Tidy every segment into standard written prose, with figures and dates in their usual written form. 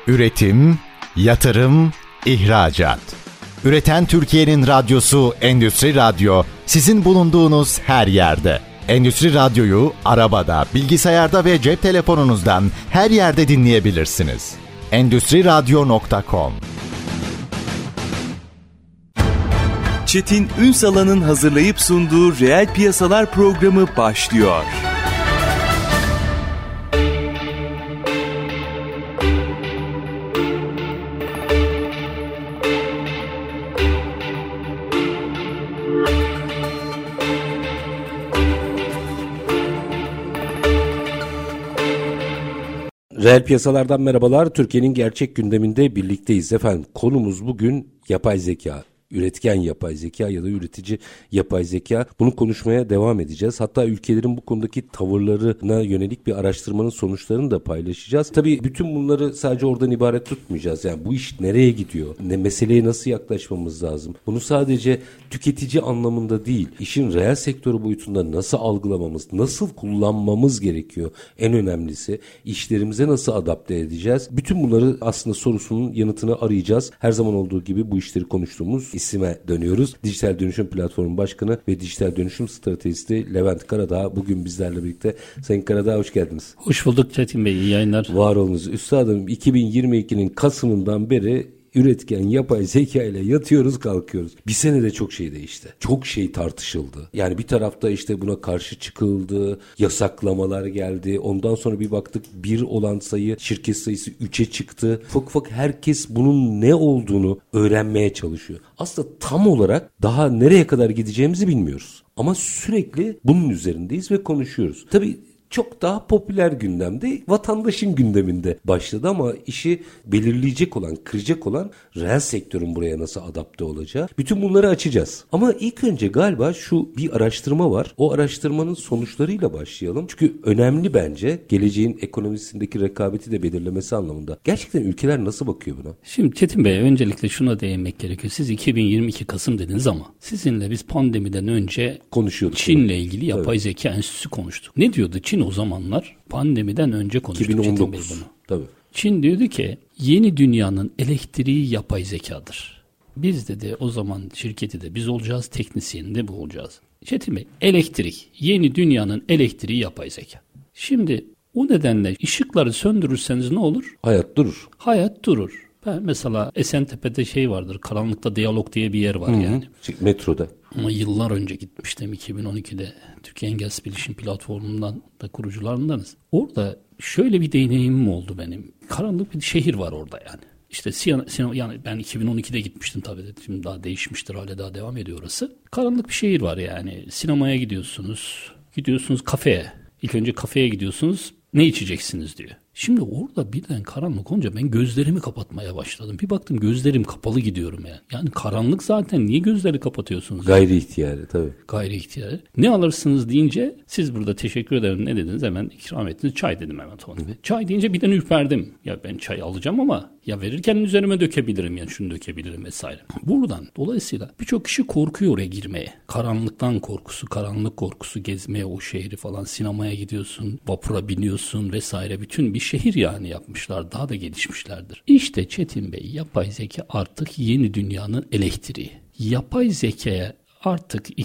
Üretim, yatırım, ihracat. Üreten Türkiye'nin radyosu Endüstri Radyo, sizin bulunduğunuz her yerde. Endüstri Radyo'yu arabada, bilgisayarda ve cep telefonunuzdan her yerde dinleyebilirsiniz. Endüstriradyo.com. Çetin Ünsal'ın hazırlayıp sunduğu Reel Piyasalar programı başlıyor. Reel piyasalardan merhabalar. Türkiye'nin gerçek gündeminde birlikteyiz efendim. Konumuz bugün yapay zeka. Üretken yapay zeka ya da üretici yapay zeka. Bunu konuşmaya devam edeceğiz. Hatta ülkelerin bu konudaki tavırlarına yönelik bir araştırmanın sonuçlarını da paylaşacağız. Tabii bütün bunları sadece oradan ibaret tutmayacağız. Yani bu iş nereye gidiyor? Meseleye nasıl yaklaşmamız lazım? Bunu sadece tüketici anlamında değil, işin reel sektörü boyutunda nasıl algılamamız, nasıl kullanmamız gerekiyor? En önemlisi işlerimize nasıl adapte edeceğiz? Bütün bunları aslında sorusunun yanıtını arayacağız. Her zaman olduğu gibi bu işleri konuştuğumuz isime dönüyoruz. Dijital Dönüşüm Platformu Başkanı ve Dijital Dönüşüm Stratejisti Levent Karadağ bugün bizlerle birlikte. Sayın Karadağ hoş geldiniz. Hoş bulduk Çetin Bey, iyi yayınlar. Var olunuz. Üstadım 2022'nin Kasım'ından beri üretken yapay zeka ile yatıyoruz kalkıyoruz. Bir senede çok şey değişti. Çok şey tartışıldı. Yani bir tarafta işte buna karşı çıkıldı. Yasaklamalar geldi. Ondan sonra bir baktık 1 olan sayı, şirket sayısı 3'e çıktı. Ufak herkes bunun ne olduğunu öğrenmeye çalışıyor. Aslında tam olarak daha nereye kadar gideceğimizi bilmiyoruz. Ama sürekli bunun üzerindeyiz ve konuşuyoruz. Tabii çok daha popüler gündemde, vatandaşın gündeminde başladı ama işi belirleyecek olan, kıracak olan reel sektörün buraya nasıl adapte olacağı. Bütün bunları açacağız. Ama ilk önce galiba şu bir araştırma var. O araştırmanın sonuçlarıyla başlayalım. Çünkü önemli bence geleceğin ekonomisindeki rekabeti de belirlemesi anlamında. Gerçekten ülkeler nasıl bakıyor buna? Şimdi Çetin Bey, öncelikle şuna değinmek gerekiyor. Siz 2022 Kasım dediniz ama sizinle biz pandemiden önce konuşuyorduk. Çin'le ilgili yapay zeka enstitüsü konuştuk. Ne diyordu Çin o zamanlar? Pandemiden önce konuştuk 2019. Çetin Bey bunu. Tabii. Çin diyordu ki yeni dünyanın elektriği yapay zekadır. Biz dedi o zaman şirketi de biz olacağız, teknisyeni de bu olacağız. Çetin Bey, elektrik, yeni dünyanın elektriği yapay zeka. Şimdi o nedenle ışıkları söndürürseniz ne olur? Hayat durur. Hayat durur. Ben mesela Esentepe'de vardır, karanlıkta diyalog diye bir yer var yani. Metroda. Ama yıllar önce gitmiştim 2012'de. Türkiye Engelsiz Bilişim Platformu'ndan da kurucularındanız. Orada şöyle bir deneyimim oldu benim. Karanlık bir şehir var orada yani. İşte yani ben 2012'de gitmiştim tabii. Şimdi daha değişmiştir, hala daha devam ediyor orası. Karanlık bir şehir var yani. Sinemaya gidiyorsunuz. Gidiyorsunuz kafeye. İlk önce kafeye gidiyorsunuz. Ne içeceksiniz diyor. Şimdi orada birden karanlık olunca ben gözlerimi kapatmaya başladım. Bir baktım gözlerim kapalı gidiyorum yani. Yani karanlık zaten, niye gözleri kapatıyorsunuz? Gayri ihtiyari tabii. Gayri ihtiyari. Ne alırsınız deyince siz burada teşekkür ederim ne dediniz, hemen ikram ettiniz. Çay dedim hemen sonra. Çay deyince birden ürperdim. Ya ben çay alacağım ama ya verirken üzerime dökebilirim, yani şunu dökebilirim vesaire. Buradan dolayısıyla birçok kişi korkuyor oraya girmeye. Karanlıktan korkusu, karanlık korkusu, gezmeye o şehri falan, sinemaya gidiyorsun, vapura biniyorsun vesaire, bütün bir şehir yani yapmışlar, daha da gelişmişlerdir. İşte Çetin Bey, yapay zeka artık yeni dünyanın elektriği. Yapay zekaya artık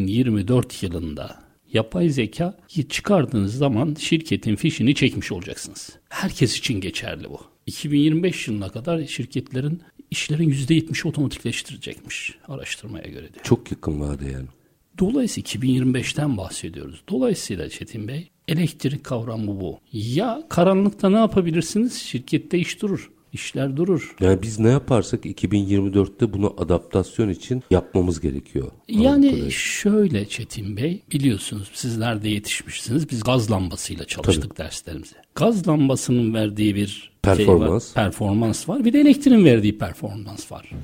2024 yılında yapay zeka çıkardığınız zaman şirketin fişini çekmiş olacaksınız. Herkes için geçerli bu. 2025 yılına kadar şirketlerin işlerin %70'i otomatikleştirecekmiş araştırmaya göre de. Çok yakın vade yani. Dolayısıyla 2025'ten bahsediyoruz. Dolayısıyla Çetin Bey, elektrik kavramı bu. Ya karanlıkta ne yapabilirsiniz? Şirkette iş durur. İşler durur. Yani biz ne yaparsak 2024'te bunu adaptasyon için yapmamız gerekiyor. Yani şöyle Çetin Bey, biliyorsunuz sizler de yetişmişsiniz. Biz gaz lambasıyla çalıştık derslerimize. Gaz lambasının verdiği bir performans var. Bir de elektriğin verdiği performans var.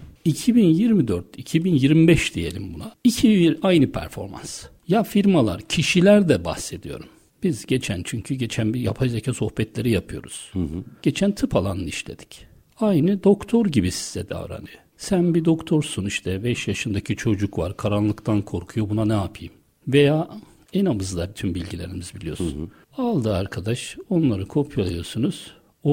2024-2025 diyelim buna. Aynı performans. Ya firmalar, kişiler de bahsediyorum. Biz geçen bir yapay zeka sohbetleri yapıyoruz. Geçen tıp alanını işledik. Aynı doktor gibi size davranıyor. Sen bir doktorsun, işte 5 yaşındaki çocuk var, karanlıktan korkuyor, buna ne yapayım? Veya ENA'mızda tüm bilgilerimiz biliyorsun. Aldı arkadaş, onları kopyalıyorsunuz. O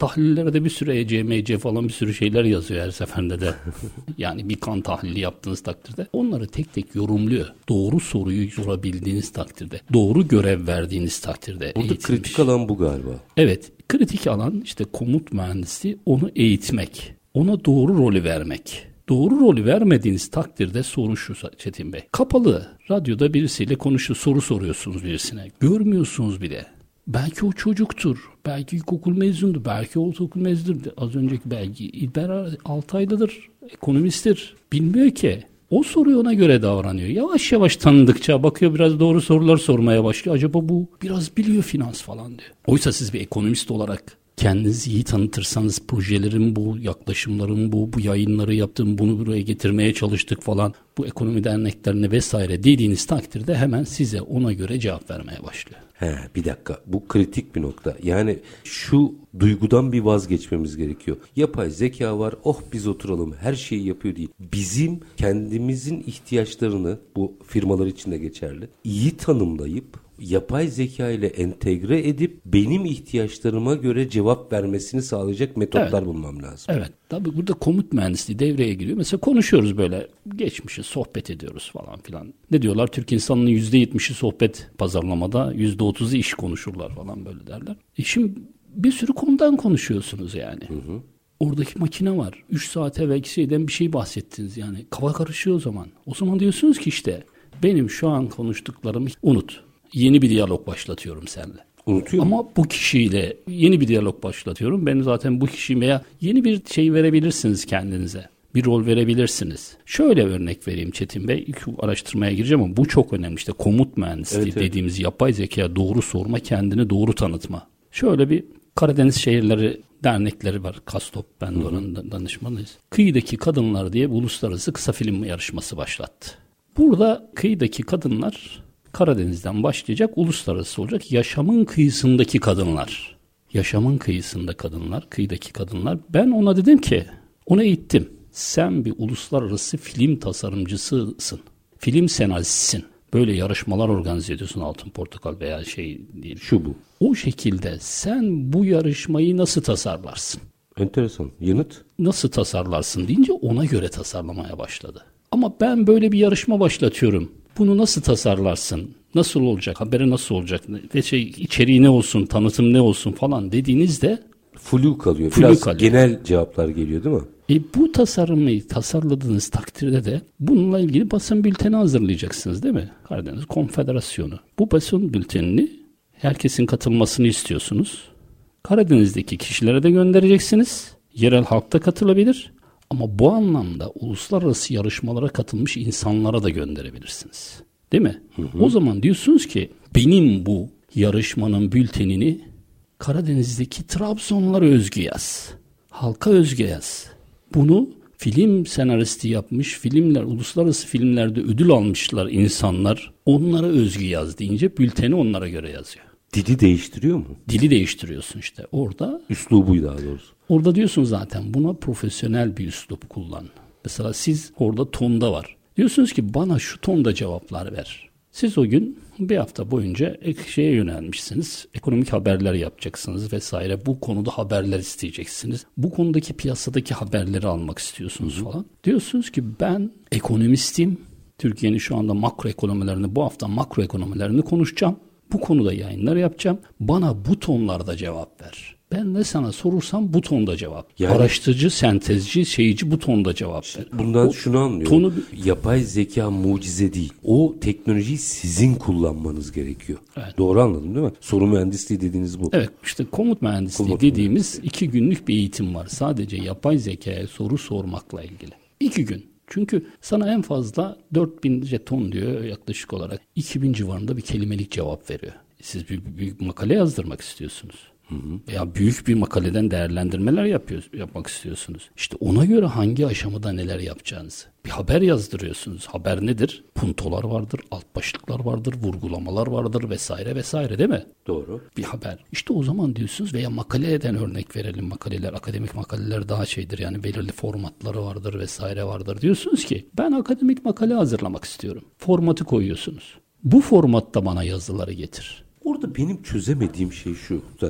Tahlillere de bir sürü ECMC falan bir sürü şeyler yazıyor her seferinde de. Yani bir kan tahlili yaptığınız takdirde onları tek tek yorumluyor. Doğru soruyu sorabildiğiniz takdirde, doğru görev verdiğiniz takdirde. Burada kritik alan bu galiba. Evet, kritik alan işte komut mühendisliği, onu eğitmek, ona doğru rolü vermek. Doğru rolü vermediğiniz takdirde sorun şu Çetin Bey. Kapalı radyoda birisiyle soru soruyorsunuz birisine. Görmüyorsunuz bile. Belki o çocuktur. Belki ilkokul mezundur. Belki ortaokul mezundur. Az önceki belki İlber Altaylı'dır. Ekonomisttir. Bilmiyor ki. O soruyu ona göre davranıyor. Yavaş yavaş tanıdıkça bakıyor, biraz doğru sorular sormaya başlıyor. Acaba bu biraz biliyor finans falan diyor. Oysa siz bir ekonomist olarak kendinizi iyi tanıtırsanız, projelerim bu, yaklaşımlarım bu yayınları yaptım, bunu buraya getirmeye çalıştık falan, bu ekonomi derneklerine vesaire dediğiniz takdirde hemen size ona göre cevap vermeye başlıyor. Bir dakika, bu kritik bir nokta. Yani şu duygudan bir vazgeçmemiz gerekiyor. Yapay zeka var, biz oturalım her şeyi yapıyor değil. Bizim kendimizin ihtiyaçlarını, bu firmalar için de geçerli, iyi tanımlayıp yapay zeka ile entegre edip benim ihtiyaçlarıma göre cevap vermesini sağlayacak metotlar bulmam lazım. Evet. Tabii burada komut mühendisliği devreye giriyor. Mesela konuşuyoruz böyle, geçmişi sohbet ediyoruz falan filan. Ne diyorlar? Türk insanının %70'i sohbet pazarlamada, %30'u iş konuşurlar falan böyle derler. Şimdi bir sürü konudan konuşuyorsunuz yani. Hı. Oradaki makine var. 3 saat evvelki şeyden bir şey bahsettiniz yani. Kafa karışıyor o zaman. O zaman diyorsunuz ki işte benim şu an konuştuklarımı unut. Yeni bir diyalog başlatıyorum seninle. Unutuyor ama bu kişiyle yeni bir diyalog başlatıyorum. Ben zaten bu kişi veya yeni bir şey verebilirsiniz kendinize. Bir rol verebilirsiniz. Şöyle örnek vereyim Çetin Bey. İlk araştırmaya gireceğim ama bu çok önemli. İşte komut mühendisliği dediğimiz yapay zeka, doğru sorma, kendini doğru tanıtma. Şöyle bir Karadeniz Şehirleri Dernekleri var. Kastop, ben de onun danışmanıyız. Kıyıdaki Kadınlar diye uluslararası kısa film yarışması başlattı. Burada kıyıdaki kadınlar, Karadeniz'den başlayacak, uluslararası olacak. Yaşamın kıyısındaki kadınlar. Yaşamın kıyısında kadınlar, kıyıdaki kadınlar. Ben ona dedim ki, onu eğittim. Sen bir uluslararası film tasarımcısısın. Film senaristsin. Böyle yarışmalar organize ediyorsun, Altın Portakal veya şey değil, şu bu. O şekilde sen bu yarışmayı nasıl tasarlarsın? Enteresan. Yanıt? Nasıl tasarlarsın deyince ona göre tasarlamaya başladı. Ama ben böyle bir yarışma başlatıyorum. Bunu nasıl tasarlarsın? Nasıl olacak? Haberi nasıl olacak? Ve içeriği ne olsun? Tanıtım ne olsun falan dediğinizde flu kalıyor. Biraz genel cevaplar geliyor değil mi? Bu tasarımı tasarladığınız takdirde de bununla ilgili basın bülteni hazırlayacaksınız değil mi? Karadeniz Konfederasyonu. Bu basın bültenini herkesin katılmasını istiyorsunuz. Karadeniz'deki kişilere de göndereceksiniz. Yerel halk da katılabilir. Ama bu anlamda uluslararası yarışmalara katılmış insanlara da gönderebilirsiniz. Değil mi? Hı. O zaman diyorsunuz ki benim bu yarışmanın bültenini Karadeniz'deki Trabzonlara özgü yaz. Halka özgü yaz. Bunu film senaristi yapmış, uluslararası filmlerde ödül almışlar insanlar. Onlara özgü yaz deyince bülteni onlara göre yazıyor. Dili değiştiriyor mu? Dili değiştiriyorsun işte orada. Üslubu daha doğrusu. Orada diyorsun zaten buna profesyonel bir üslup kullan. Mesela siz orada tonda var. Diyorsunuz ki bana şu tonda cevaplar ver. Siz o gün bir hafta boyunca şeye yönelmişsiniz. Ekonomik haberler yapacaksınız vesaire. Bu konuda haberler isteyeceksiniz. Bu konudaki piyasadaki haberleri almak istiyorsunuz falan. Diyorsunuz ki ben ekonomistim. Türkiye'nin şu anda makro ekonomilerini, bu hafta makro ekonomilerini konuşacağım. Bu konuda yayınlar yapacağım. Bana bu tonlarda cevap ver. Ben de sana sorursam bu tonda cevap. Yani, araştırıcı, sentezci, şeyci bu tonda cevap ver. Bundan şunu anlıyorum. Yapay zeka mucize değil. O teknolojiyi sizin kullanmanız gerekiyor. Evet. Doğru anladım değil mi? Soru mühendisliği dediğiniz bu. Evet, işte komut mühendisliği dediğimiz 2 günlük bir eğitim var. Sadece yapay zekaya soru sormakla ilgili. 2 gün. Çünkü sana en fazla 4000 jeton diyor yaklaşık olarak. 2000 civarında bir kelimelik cevap veriyor. Siz bir makale yazdırmak istiyorsunuz. Veya büyük bir makaleden değerlendirmeler yapmak istiyorsunuz. İşte ona göre hangi aşamada neler yapacağınızı. Bir haber yazdırıyorsunuz. Haber nedir? Puntolar vardır, alt başlıklar vardır, vurgulamalar vardır vesaire vesaire değil mi? Doğru. Bir haber. İşte o zaman diyorsunuz veya makaleden örnek verelim. Makaleler, akademik makaleler daha şeydir yani belirli formatları vardır vesaire vardır. Diyorsunuz ki ben akademik makale hazırlamak istiyorum. Formatı koyuyorsunuz. Bu formatta bana yazıları getir. Orada benim çözemediğim şey şu zaten.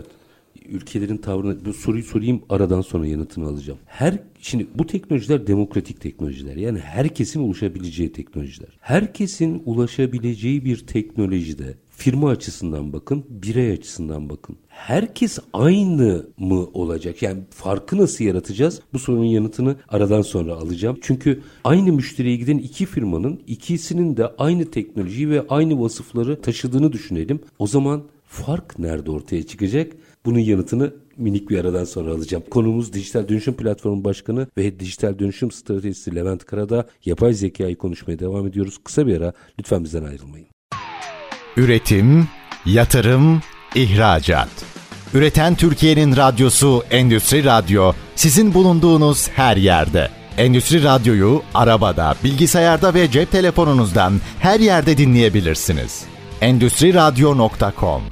ülkelerin tavrına bu soruyu sorayım, aradan sonra yanıtını alacağım. Şimdi bu teknolojiler demokratik teknolojiler. Yani herkesin ulaşabileceği teknolojiler. Herkesin ulaşabileceği bir teknolojide firma açısından bakın, birey açısından bakın. Herkes aynı mı olacak? Yani farkı nasıl yaratacağız? Bu sorunun yanıtını aradan sonra alacağım. Çünkü aynı müşteriye giden iki firmanın ikisinin de aynı teknolojiyi ve aynı vasıfları taşıdığını düşünelim. O zaman fark nerede ortaya çıkacak? Bunun yanıtını minik bir aradan sonra alacağım. Konuğumuz Dijital Dönüşüm Platformu Başkanı ve Dijital Dönüşüm Stratejisi Levent Karadağ. Yapay zekayı konuşmaya devam ediyoruz. Kısa bir ara, lütfen bizden ayrılmayın. Üretim, yatırım, ihracat. Üreten Türkiye'nin radyosu Endüstri Radyo, sizin bulunduğunuz her yerde. Endüstri Radyo'yu arabada, bilgisayarda ve cep telefonunuzdan her yerde dinleyebilirsiniz. Endüstriradyo.com.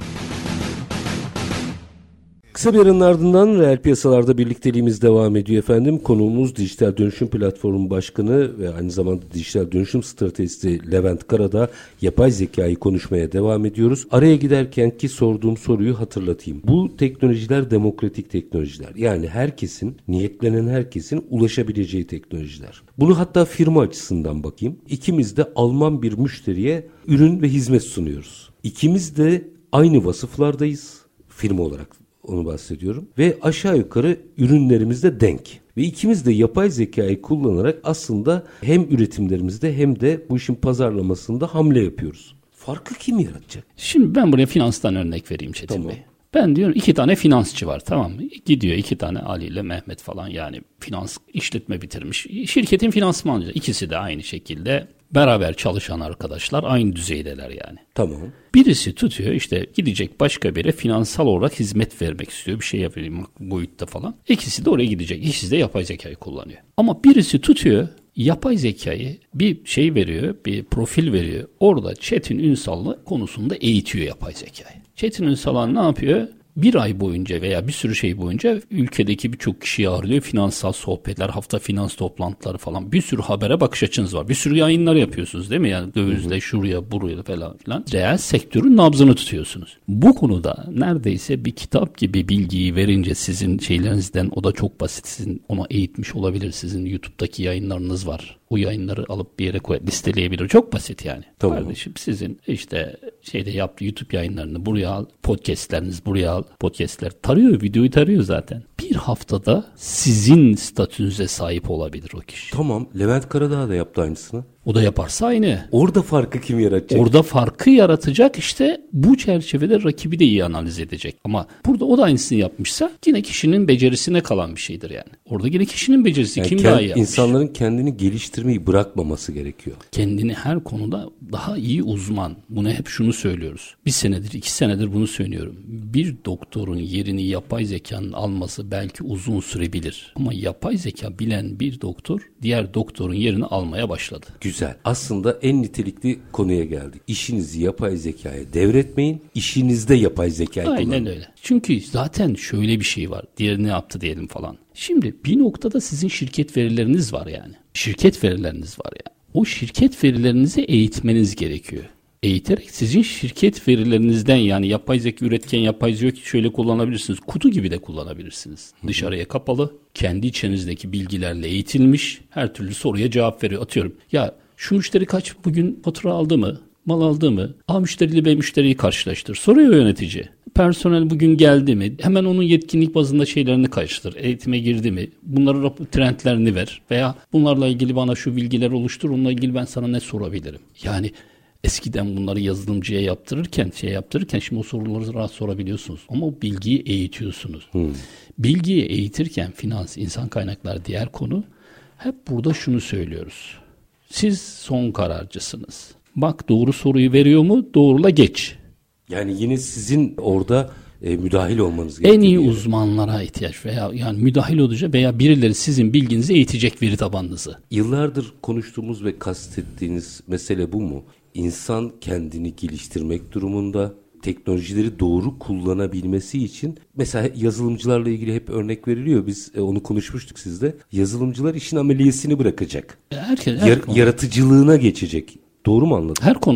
Kısa bir aranın ardından reel piyasalarda birlikteliğimiz devam ediyor efendim. Konuğumuz Dijital Dönüşüm Platformu Başkanı ve aynı zamanda Dijital Dönüşüm Stratejisi Levent Karadağ. Yapay zekayı konuşmaya devam ediyoruz. Araya giderken ki sorduğum soruyu hatırlatayım. Bu teknolojiler demokratik teknolojiler. Yani herkesin, niyetlenen herkesin ulaşabileceği teknolojiler. Bunu hatta firma açısından bakayım. İkimiz de Alman bir müşteriye ürün ve hizmet sunuyoruz. İkimiz de aynı vasıflardayız firma olarak. Onu bahsediyorum. Ve aşağı yukarı ürünlerimizde denk. Ve ikimiz de yapay zekayı kullanarak aslında hem üretimlerimizde hem de bu işin pazarlamasında hamle yapıyoruz. Farkı kim yaratacak? Şimdi ben buraya finanstan örnek vereyim Çetin Tamam. Bey. Ben diyorum 2 tane finansçı var, tamam mı? Gidiyor 2 tane Ali ile Mehmet falan, yani finans işletme bitirmiş. Şirketin finansmancı. İkisi de aynı şekilde beraber çalışan arkadaşlar, aynı düzeydeler yani. Tamam. Birisi tutuyor işte, gidecek başka biri finansal olarak hizmet vermek istiyor. Bir şey yapayım boyutta falan. İkisi de oraya gidecek. İkisi de yapay zekayı kullanıyor. Ama birisi tutuyor, yapay zekayı bir şey veriyor, bir profil veriyor. Orada Çetin Ünsal'ı konusunda eğitiyor yapay zekayı. Çetin Ünsal ne yapıyor? Bir ay boyunca veya bir sürü şey boyunca ülkedeki birçok kişiyi ağırlıyor. Finansal sohbetler, hafta finans toplantıları falan. Bir sürü habere bakış açınız var. Bir sürü yayınlar yapıyorsunuz değil mi? Yani dövizle şuraya buraya falan filan. Reel sektörün nabzını tutuyorsunuz. Bu konuda neredeyse bir kitap gibi bilgiyi verince sizin şeylerinizden, o da çok basit. Sizin onu eğitmiş olabilir. Sizin YouTube'daki yayınlarınız var. O yayınları alıp bir yere listeleyebilir. Çok basit yani. Tamam. Kardeşim sizin işte yaptığı YouTube yayınlarını buraya al. Podcastleriniz buraya al. Podcastler tarıyor. Videoyu tarıyor zaten. Bir haftada sizin statünüze sahip olabilir o kişi. Tamam. Levent Karadağ da yaptı aynısını. O da yaparsa aynı. Orada farkı kim yaratacak? Orada farkı yaratacak işte, bu çerçevede rakibi de iyi analiz edecek. Ama burada o da aynısını yapmışsa yine kişinin becerisine kalan bir şeydir yani. Orada yine kişinin becerisi, yani kim daha iyi yapmış. İnsanların kendini geliştirmeyi bırakmaması gerekiyor. Kendini her konuda daha iyi uzman. Buna hep şunu söylüyoruz. 1 senedir, 2 senedir bunu söylüyorum. Bir doktorun yerini yapay zekanın alması belki uzun sürebilir. Ama yapay zeka bilen bir doktor diğer doktorun yerini almaya başladı. Güzel. Aslında en nitelikli konuya geldik. İşinizi yapay zekaya devretmeyin. İşinizde yapay zekayı kullanın. Aynen öyle. Çünkü zaten şöyle bir şey var. Diğeri ne yaptı diyelim falan. Şimdi bir noktada sizin şirket verileriniz var yani. Şirket verileriniz var yani. O şirket verilerinizi eğitmeniz gerekiyor. Eğiterek sizin şirket verilerinizden, yani yapay zeka üretken yapay zeka şöyle kullanabilirsiniz. Kutu gibi de kullanabilirsiniz. Dışarıya kapalı, kendi içinizdeki bilgilerle eğitilmiş, her türlü soruya cevap veriyor. Atıyorum ya, şu müşteri kaç bugün fatura aldı mı? Mal aldı mı? A müşteriyle B müşteriyi karşılaştır. Soruyor yönetici. Personel bugün geldi mi? Hemen onun yetkinlik bazında şeylerini karşılaştır. Eğitime girdi mi? Bunların trendlerini ver. Veya bunlarla ilgili bana şu bilgiler oluştur. Onunla ilgili ben sana ne sorabilirim? Yani eskiden bunları yazılımcıya yaptırırken şimdi o soruları rahat sorabiliyorsunuz. Ama o bilgiyi eğitiyorsunuz. Bilgiyi eğitirken finans, insan kaynakları diğer konu. Hep burada şunu söylüyoruz. Siz son kararcısınız. Bak doğru soruyu veriyor mu? Doğrula geç. Yani yine sizin orada müdahil olmanız gerekiyor. En iyi uzmanlara ihtiyaç veya yani müdahil olacak veya birileri sizin bilginizi eğitecek, veri tabanınızı. Yıllardır konuştuğumuz ve kastettiğiniz mesele bu mu? İnsan kendini geliştirmek durumunda, teknolojileri doğru kullanabilmesi için mesela yazılımcılarla ilgili hep örnek veriliyor. Biz onu konuşmuştuk sizde. Yazılımcılar işin ameliyesini bırakacak. Herkes, Yaratıcılığına geçecek. Doğru mu anladım? Her konuda.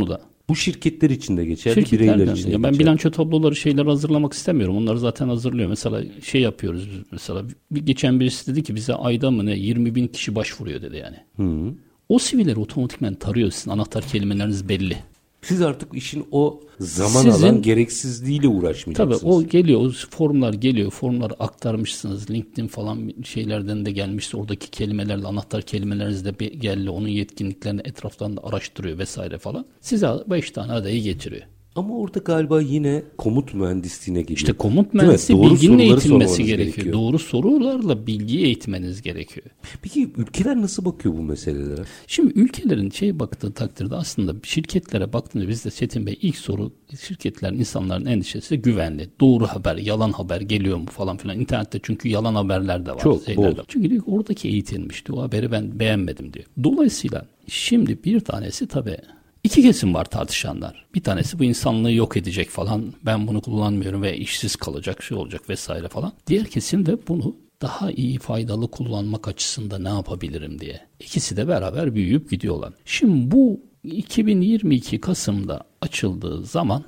Bu şirketler için de geçerli, bireyler için de geçerli. Ben bilanço tabloları şeyler hazırlamak istemiyorum. Onları zaten hazırlıyor. Mesela şey yapıyoruz. Mesela geçen birisi dedi ki bize ayda mı ne 20.000 kişi başvuruyor dedi yani. Hı. O CV'leri otomatikman tarıyor. Sizin anahtar kelimeleriniz belli. Siz artık işin o zaman alan gereksizliğiyle uğraşmayacaksınız. Tabii o geliyor, o formlar geliyor, formları aktarmışsınız. LinkedIn falan şeylerden de gelmişse oradaki kelimelerle, anahtar kelimeleriniz de geldi. Onun yetkinliklerini etraftan da araştırıyor vesaire falan. Size 5 tane adayı getiriyor. Ama orada galiba yine komut mühendisliğine geliyor. İşte komut mühendisliği bilginin eğitilmesi gerekiyor. Doğru sorularla bilgiyi eğitmeniz gerekiyor. Peki ülkeler nasıl bakıyor bu meselelere? Şimdi ülkelerin baktığı takdirde aslında şirketlere baktığında bizde Çetin Bey ilk soru şirketlerin, insanların endişesi güvenli. Doğru haber, yalan haber geliyor mu falan filan. İnternette çünkü yalan haberler de var. Çok bol. Çünkü diyor, oradaki eğitilmişti. O haberi ben beğenmedim diyor. Dolayısıyla şimdi bir tanesi tabii 2 kesim var tartışanlar. Bir tanesi bu insanlığı yok edecek falan. Ben bunu kullanmıyorum ve işsiz kalacak, şey olacak vesaire falan. Diğer kesim de bunu daha iyi, faydalı kullanmak açısından ne yapabilirim diye. İkisi de beraber büyüyüp gidiyorlar. Şimdi bu 2022 Kasım'da açıldığı zaman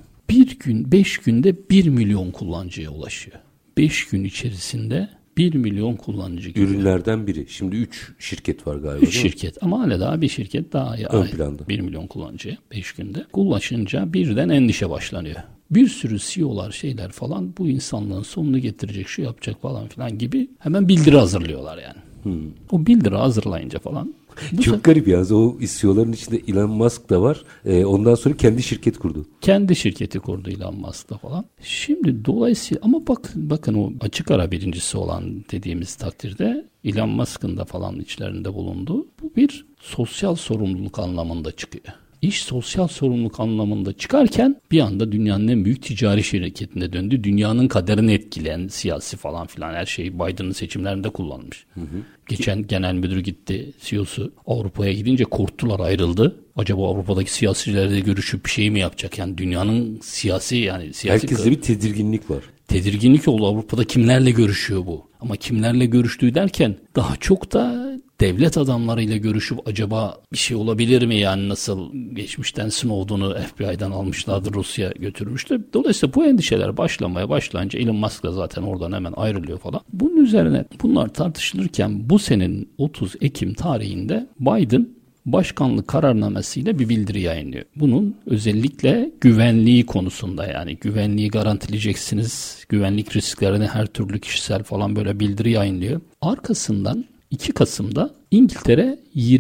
5 günde 1 milyon kullanıcıya ulaşıyor. 5 gün içerisinde 1 milyon kullanıcı gibi. Ürünlerden biri. Şimdi 3 şirket var galiba. 3 şirket ama hala daha bir şirket daha ön planda. 1 milyon kullanıcıya 5 günde. Ulaşınca birden endişe başlanıyor. Bir sürü CEO'lar şeyler falan bu insanlığın sonunu getirecek, şu yapacak falan filan gibi hemen bildiri hazırlıyorlar yani. O bildiri hazırlayınca falan. Çok garip ya. O CEO'ların içinde Elon Musk da var. Ondan sonra kendi şirket kurdu. Kendi şirketi kurdu Elon Musk da falan. Şimdi dolayısıyla ama bakın o açık ara birincisi olan dediğimiz takdirde Elon Musk'ın da falan içlerinde bulunduğu bu bir sosyal sorumluluk anlamında çıkıyor. İş sosyal sorumluluk anlamında çıkarken bir anda dünyanın en büyük ticari şirketine döndü. Dünyanın kaderini etkileyen siyasi falan filan her şeyi Biden'ın seçimlerinde kullanmış. Geçen genel müdür gitti, CEO'su Avrupa'ya gidince korktular, ayrıldı. Acaba Avrupa'daki siyasilerle görüşüp bir şey mi yapacak? Yani dünyanın siyasi herkeste bir tedirginlik var. Tedirginlik oldu. Avrupa'da kimlerle görüşüyor bu? Ama kimlerle görüştüğü derken daha çok da devlet adamlarıyla görüşüp acaba bir şey olabilir mi? Yani nasıl geçmişten Snowden'u FBI'den almışlardı, Rusya götürmüştü. Dolayısıyla bu endişeler başlayınca Elon Musk da zaten oradan hemen ayrılıyor falan. Bunun üzerine bunlar tartışılırken bu senenin 30 Ekim tarihinde Biden başkanlık kararnamesiyle bir bildiri yayınlıyor. Bunun özellikle güvenliği konusunda, yani güvenliği garantileyeceksiniz, güvenlik risklerini her türlü kişisel falan böyle bildiri yayınlıyor. Arkasından 2 Kasım'da İngiltere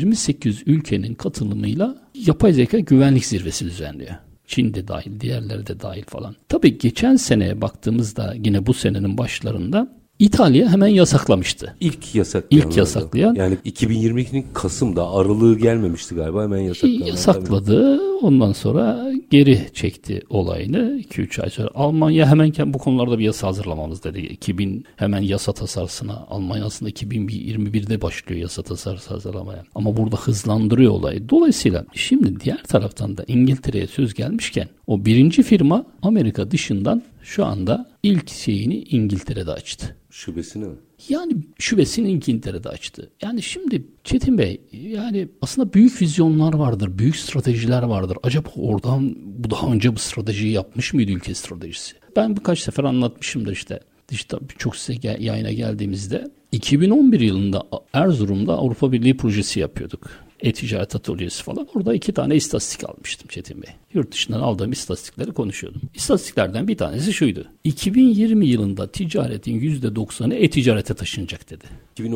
28 ülkenin katılımıyla yapay zeka güvenlik zirvesi düzenliyor. Çin de dahil, diğerleri de dahil falan. Tabii geçen seneye baktığımızda yine bu senenin başlarında İtalya hemen yasaklamıştı. İlk yasaklayan. Yani 2022'nin Kasım'da, aralığı gelmemişti galiba, hemen yasakladı. Ondan sonra geri çekti olayını 2-3 ay sonra. Almanya hemen bu konularda bir yasa hazırlamamız dedi. Hemen yasa tasarısına, Almanya aslında 2021'de başlıyor yasa tasarısı hazırlamaya. Ama burada hızlandırıyor olayı. Dolayısıyla şimdi diğer taraftan da İngiltere'ye söz gelmişken o birinci firma Amerika dışından şu anda ilk şeyini İngiltere'de açtı. Şubesini mi? Yani şubesini İngiltere'de açtı. Yani şimdi Çetin Bey, yani aslında büyük vizyonlar vardır, büyük stratejiler vardır. Acaba oradan daha önce bu stratejiyi yapmış mıydı ülke stratejisi? Ben birkaç sefer anlatmışımdır işte birçok size yayına geldiğimizde. 2011 yılında Erzurum'da Avrupa Birliği projesi yapıyorduk. E-ticaret atölyesi falan. Orada 2 tane istatistik almıştım Çetin Bey. Yurt dışından aldığım istatistikleri konuşuyordum. İstatistiklerden bir tanesi şuydu. 2020 yılında ticaretin %90'ı e-ticarete taşınacak dedi.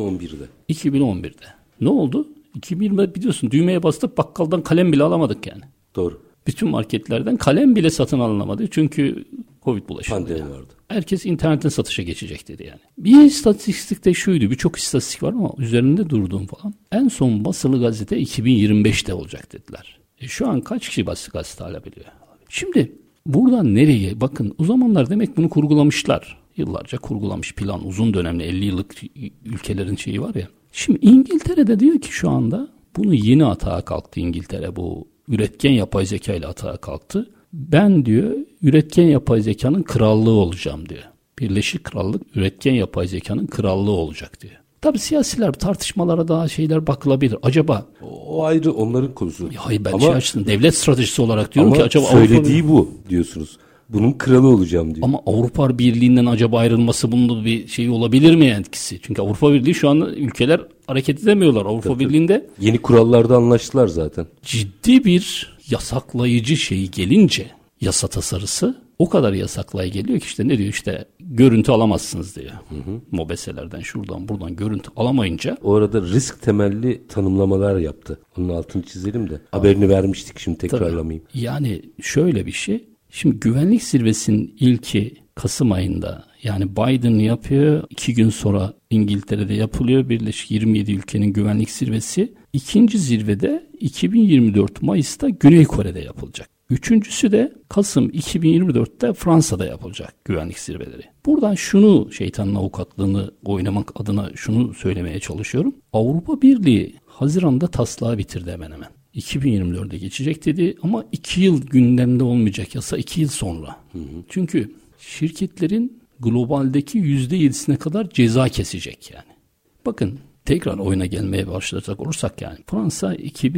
2011'de. Ne oldu? 2020'de biliyorsun düğmeye bastık, bakkaldan kalem bile alamadık yani. Doğru. Bütün marketlerden kalem bile satın alınamadı. Çünkü Covid bulaşıyordu. Pandemi yani. Vardı. Herkes internetten satışa geçecek dedi yani. Bir istatistik de şuydu. Birçok istatistik var ama üzerinde durduğum falan. En son basılı gazete 2025'te olacak dediler. Şu an kaç kişi basılı gazete alabiliyor? Şimdi buradan nereye? Bakın o zamanlar demek bunu kurgulamışlar. Yıllarca kurgulamış plan. Uzun dönemli 50 yıllık ülkelerin şeyi var ya. Şimdi İngiltere'de diyor ki şu anda bunu yeni atağa kalktı İngiltere. Bu üretken yapay zeka ile atağa kalktı. Ben diyor üretken yapay zekanın krallığı olacağım diyor. Birleşik Krallık üretken yapay zekanın krallığı olacak diyor. Tabii siyasiler tartışmalara daha şeyler bakılabilir. Acaba o ayrı, onların konusu. Hayır, ben devlet stratejisi olarak diyorum ki acaba söylediği bu diyorsunuz. Bunun kralı olacağım diyor. Ama Avrupa Birliği'nden acaba ayrılması bunun bir şey olabilir mi etkisi? Çünkü Avrupa Birliği şu anda ülkeler hareket edemiyorlar. Avrupa Birliği'nde yeni kurallarda anlaştılar zaten. Ciddi bir yasaklayıcı şey gelince, yasa tasarısı o kadar yasaklayıcı geliyor ki işte ne diyor, işte görüntü alamazsınız diyor. Mobeselerden şuradan buradan görüntü alamayınca. O arada risk temelli tanımlamalar yaptı. Onun altını çizelim de. Haberini vermiştik, şimdi tekrarlamayayım. Tabii. Yani şöyle bir şey. Şimdi güvenlik zirvesinin ilki Kasım ayında, yani Biden yapıyor. 2 gün sonra İngiltere'de yapılıyor. Birleşik 27 ülkenin güvenlik zirvesi. İkinci zirvede 2024 Mayıs'ta Güney Kore'de yapılacak. Üçüncüsü de Kasım 2024'te Fransa'da yapılacak güvenlik zirveleri. Buradan şunu, şeytanın avukatlığını oynamak adına şunu söylemeye çalışıyorum. Avrupa Birliği Haziran'da taslağı bitirdi hemen hemen. 2024'e geçecek dedi ama 2 yıl gündemde olmayacak yasa, 2 yıl sonra. Çünkü şirketlerin globaldeki %7'sine kadar ceza kesecek yani. Bakın tekrar oyuna gelmeye başlayacak olursak yani Fransa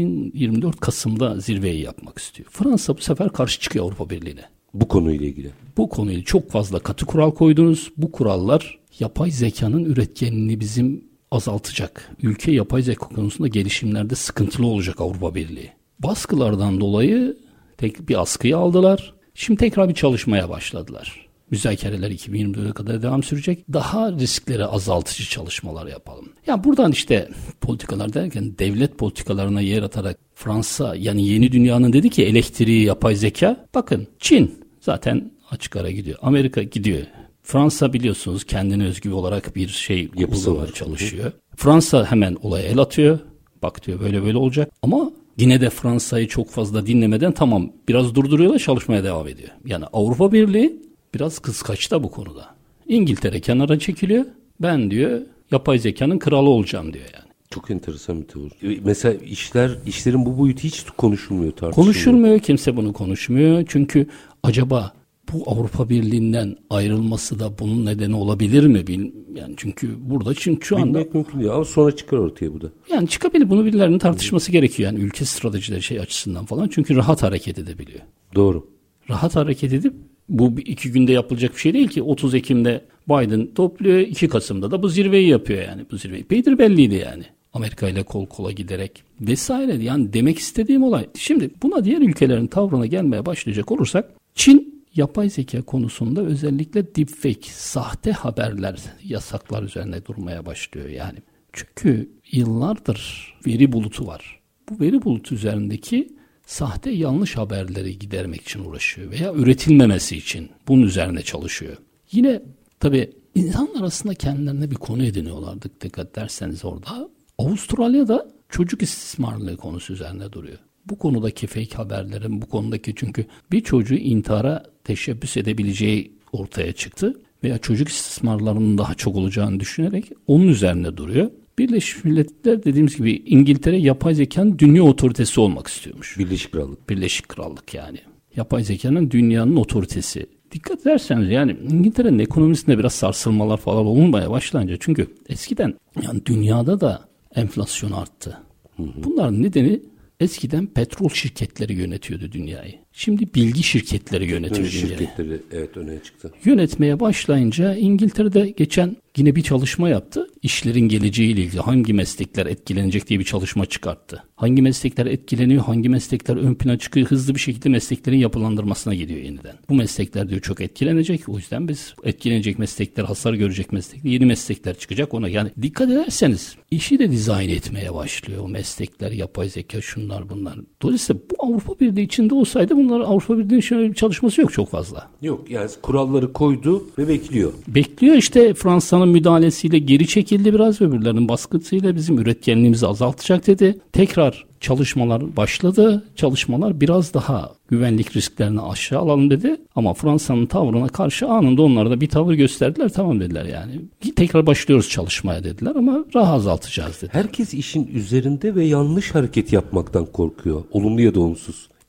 2024 Kasım'da zirveyi yapmak istiyor. Fransa bu sefer karşı çıkıyor Avrupa Birliği'ne. Bu konuyla ilgili. Bu konuyla çok fazla katı kural koydunuz. Bu kurallar yapay zekanın üretkenliğini bizim azaltacak. Ülke yapay zeka konusunda gelişimlerde sıkıntılı olacak Avrupa Birliği. Baskılardan dolayı bir askıya aldılar. Şimdi tekrar bir çalışmaya başladılar. Müzakereler 2024'e kadar devam sürecek. Daha riskleri azaltıcı çalışmalar yapalım. Yani buradan işte politikalar derken devlet politikalarına yer atarak Fransa, yani yeni dünyanın dedi ki elektriği, yapay zeka. Bakın Çin zaten açık ara gidiyor. Amerika gidiyor. Fransa biliyorsunuz kendine özgü olarak bir şey yapısı var, çalışıyor. Fransa hemen olaya el atıyor. Bak diyor böyle böyle olacak. Ama yine de Fransa'yı çok fazla dinlemeden tamam biraz durduruyorlar, çalışmaya devam ediyor. Yani Avrupa Birliği biraz kıskaçta bu konuda. İngiltere kenara çekiliyor. Ben diyor yapay zekanın kralı olacağım diyor yani. Çok enteresan bir tavır. Mesela işlerin bu boyutu hiç konuşulmuyor, tartışılmıyor. Konuşulmuyor, kimse bunu konuşmuyor. Çünkü acaba bu Avrupa Birliği'nden ayrılması da bunun nedeni olabilir mi? Yani çünkü burada şu anda bilmek mümkün değil ama sonra çıkar ortaya bu da. Yani çıkabilir, bunu birilerinin tartışması gerekiyor yani ülke stratejileri açısından falan. Çünkü rahat hareket edebiliyor. Doğru. Rahat hareket edip bu 2 günde yapılacak bir şey değil ki. 30 Ekim'de Biden topluyor, 2 Kasım'da da bu zirveyi yapıyor yani. Bu zirve epeydir belliydi yani. Amerika ile kol kola giderek vesaire. Yani demek istediğim olay. Şimdi buna diğer ülkelerin tavrına gelmeye başlayacak olursak Çin yapay zeka konusunda özellikle deepfake, sahte haberler, yasaklar üzerine durmaya başlıyor yani. Çünkü yıllardır veri bulutu var. Bu veri bulutu üzerindeki sahte yanlış haberleri gidermek için uğraşıyor veya üretilmemesi için bunun üzerine çalışıyor. Yine tabii insanlar arasında kendilerine bir konu ediniyorlar, dikkat ederseniz orada. Avustralya'da çocuk istismarlığı konusu üzerine duruyor. Bu konudaki fake haberlerin, bu konudaki, çünkü bir çocuğu intihara teşebbüs edebileceği ortaya çıktı veya çocuk istismarlarının daha çok olacağını düşünerek onun üzerine duruyor. Birleşmiş Milletler dediğimiz gibi İngiltere yapay zekanın dünya otoritesi olmak istiyormuş. Birleşik Krallık yani. Yapay zekanın dünyanın otoritesi. Dikkat ederseniz yani İngiltere'nin ekonomisinde biraz sarsılmalar falan olmaya başlayınca, çünkü eskiden yani dünyada da enflasyon arttı. Bunların nedeni eskiden petrol şirketleri yönetiyordu dünyayı. Şimdi bilgi şirketleri yönetiyor dünyayı. Şirketleri evet öne çıktı. Yönetmeye başlayınca İngiltere'de geçen yine bir çalışma yaptı. İşlerin geleceğiyle ilgili hangi meslekler etkilenecek diye bir çalışma çıkarttı. Hangi meslekler etkileniyor, hangi meslekler ön plana çıkıyor, hızlı bir şekilde mesleklerin yapılandırmasına gidiyor yeniden. Bu meslekler diyor çok etkilenecek. O yüzden biz etkilenecek meslekler, hasar görecek meslekler, yeni meslekler çıkacak ona. Yani dikkat ederseniz işi de dizayn etmeye başlıyor. O meslekler, yapay zeka, şunlar bunlar. Dolayısıyla bu Avrupa Birliği içinde olsaydı bunlar, Avrupa Birliği'nin şöyle bir çalışması yok çok fazla. Yok yani kuralları koydu ve bekliyor. Bekliyor işte, Fransa'nın müdahalesiyle geri çekildi biraz, öbürlerinin baskısıyla bizim üretkenliğimizi azaltacak dedi. Tekrar çalışmalar başladı. Çalışmalar biraz daha güvenlik risklerini aşağı alalım dedi. Ama Fransa'nın tavrına karşı anında onlar da bir tavır gösterdiler. Tamam dediler yani. Tekrar başlıyoruz çalışmaya dediler ama daha azaltacağız dedi. Herkes işin üzerinde ve yanlış hareket yapmaktan korkuyor. Olumlu ya da olumsuz.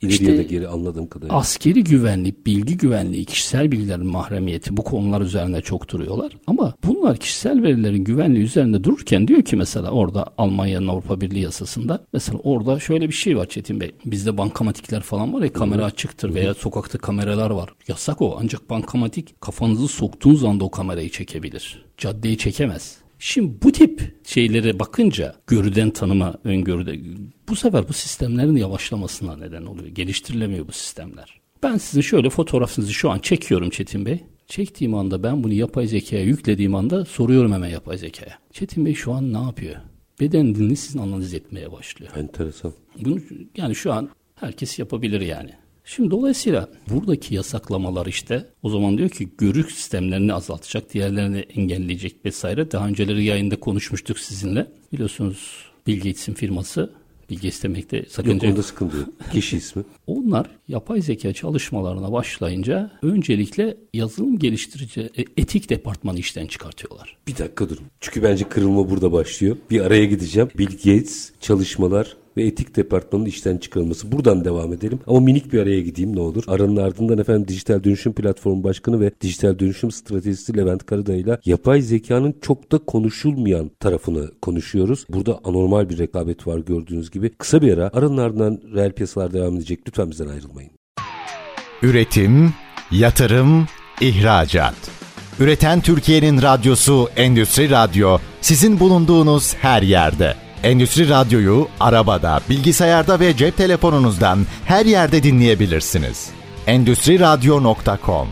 İleriye de geri anladığım kadarıyla. Askeri güvenlik, bilgi güvenliği, kişisel bilgilerin mahremiyeti, bu konular üzerine çok duruyorlar. Ama bunlar kişisel verilerin güvenliği üzerinde dururken diyor ki mesela orada Almanya'nın Avrupa Birliği yasasında mesela orada şöyle bir şey var Çetin Bey. Bizde bankamatikler falan var ya, kamera açıktır veya sokakta kameralar var. Yasak o, ancak bankamatik kafanızı soktuğunuz anda o kamerayı çekebilir. Caddeyi çekemez. Şimdi bu tip şeylere bakınca görüden tanıma, öngörüde bu sefer bu sistemlerin yavaşlamasına neden oluyor. Geliştirilemiyor bu sistemler. Ben sizin şöyle fotoğrafınızı şu an çekiyorum Çetin Bey. Çektiğim anda ben bunu yapay zekaya yüklediğim anda soruyorum hemen yapay zekaya. Çetin Bey şu an ne yapıyor? Beden dilini sizin analiz etmeye başlıyor. Enteresan. Bunu yani şu an herkes yapabilir yani. Şimdi dolayısıyla buradaki yasaklamalar işte o zaman diyor ki görü sistemlerini azaltacak, diğerlerini engelleyecek vesaire. Daha önceleri yayında konuşmuştuk sizinle. Biliyorsunuz Bill Gates'in firması, Bill Gates demekte sakınca. Yok, onda sıkıntı yok. Kişi ismi. Onlar yapay zeka çalışmalarına başlayınca öncelikle yazılım geliştirici etik departmanı işten çıkartıyorlar. Bir dakika durun. Çünkü bence kırılma burada başlıyor. Bir araya gideceğim. Bill Gates, çalışmalar ve etik departmanının işten çıkarılması. Buradan devam edelim. Ama minik bir araya gideyim ne olur. Aranın ardından efendim Dijital Dönüşüm Platformu Başkanı ve Dijital Dönüşüm Stratejisi Levent Karadağ ile yapay zekanın çok da konuşulmayan tarafını konuşuyoruz. Burada anormal bir rekabet var gördüğünüz gibi. Kısa bir ara. Aranın ardından reel piyasalar devam edecek. Lütfen bizden ayrılmayın. Üretim, yatırım, ihracat. Üreten Türkiye'nin radyosu Endüstri Radyo sizin bulunduğunuz her yerde. Endüstri Radyo'yu arabada, bilgisayarda ve cep telefonunuzdan her yerde dinleyebilirsiniz. Endüstriradyo.com.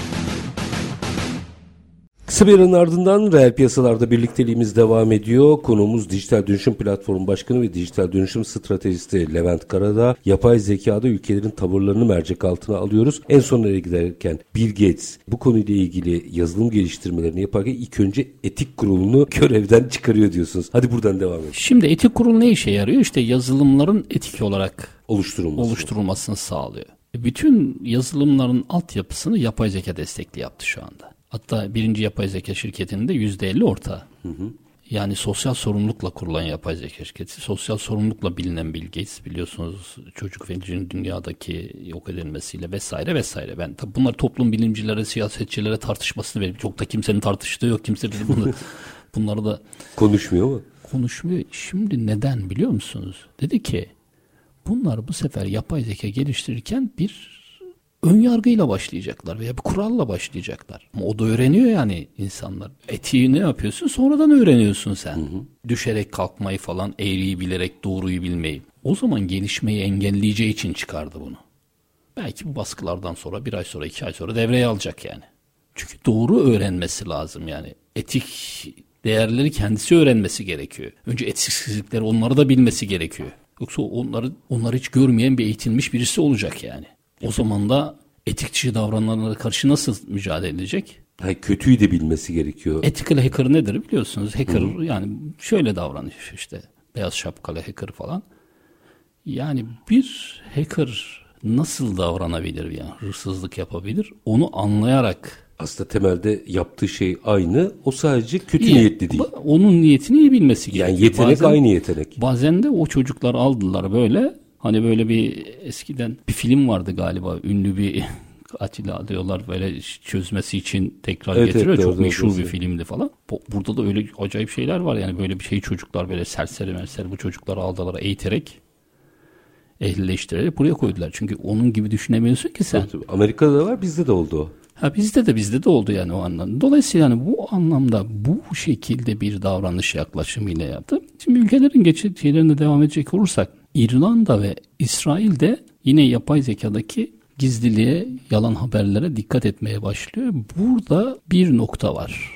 Kısa bir aranın ardından reel piyasalarda birlikteliğimiz devam ediyor. Konuğumuz Dijital Dönüşüm Platformu Başkanı ve Dijital Dönüşüm Stratejisti Levent Karadağ. Yapay zekada ülkelerin tavırlarını mercek altına alıyoruz. En son nereye giderken Bill Gates bu konuyla ilgili yazılım geliştirmelerini yaparken ilk önce etik kurulunu görevden çıkarıyor diyorsunuz. Hadi buradan devam edelim. Şimdi etik kurul ne işe yarıyor? İşte yazılımların etik olarak oluşturulmasını sağlıyor. Bütün yazılımların altyapısını yapay zeka destekli yaptı şu anda. Hatta birinci yapay zeka şirketinin de %50 ortağı. Yani sosyal sorumlulukla kurulan yapay zeka şirketi. Sosyal sorumlulukla bilinen Bill Gates, biliyorsunuz çocuk ve dünyadaki yok edilmesiyle vesaire vesaire. Ben tabii bunlar toplum bilimcilere, siyasetçilere tartışmasını veriyorum. Çok da kimsenin tartıştığı yok. Kimse bunları da konuşmuyor mu? Konuşmuyor. Şimdi neden biliyor musunuz? Dedi ki bunlar bu sefer yapay zeka geliştirirken bir ön yargıyla başlayacaklar veya bir kuralla başlayacaklar. Ama o da öğreniyor yani insanlar. Etiği ne yapıyorsun? Sonradan öğreniyorsun sen. Düşerek kalkmayı falan, eğriyi bilerek doğruyu bilmeyi. O zaman gelişmeyi engelleyeceği için çıkardı bunu. Belki bu baskılardan sonra 1 ay sonra 2 ay sonra devreye alacak yani. Çünkü doğru öğrenmesi lazım yani. Etik değerleri kendisi öğrenmesi gerekiyor. Önce etiksizlikleri onları da bilmesi gerekiyor. Yoksa onları hiç görmeyen bir eğitilmiş birisi olacak yani. O zaman da etik dışı davrananlara karşı nasıl mücadele edecek? Hayır, kötüyü de bilmesi gerekiyor. Ethical hacker nedir biliyorsunuz? Hacker yani şöyle davranıyor işte. Beyaz şapkalı hacker falan. Yani bir hacker nasıl davranabilir yani? Hırsızlık yapabilir. Onu anlayarak. Aslında temelde yaptığı şey aynı. O sadece kötü niyetli değil. Onun niyetini iyi bilmesi gerekiyor. Yani yetenek aynı yetenek. Bazen de o çocuklar aldılar böyle. Hani böyle bir eskiden bir film vardı galiba. Ünlü bir katili alıyorlar böyle çözmesi için tekrar getiriyor. Çok meşhur bir filmdi falan. Burada da öyle acayip şeyler var. Yani böyle bir şey çocuklar böyle serseri bu çocukları aldılar eğiterek ehlileştirerek buraya koydular. Çünkü onun gibi düşünemiyorsun ki sen. Evet, Amerika'da da var, bizde de oldu o. Bizde de oldu yani o anlamda. Dolayısıyla yani bu anlamda bu şekilde bir davranış yaklaşımıyla yaptı. Şimdi ülkelerin şeylerine devam edecek olursak İrlanda ve İsrail'de yine yapay zekadaki gizliliğe, yalan haberlere dikkat etmeye başlıyor. Burada bir nokta var.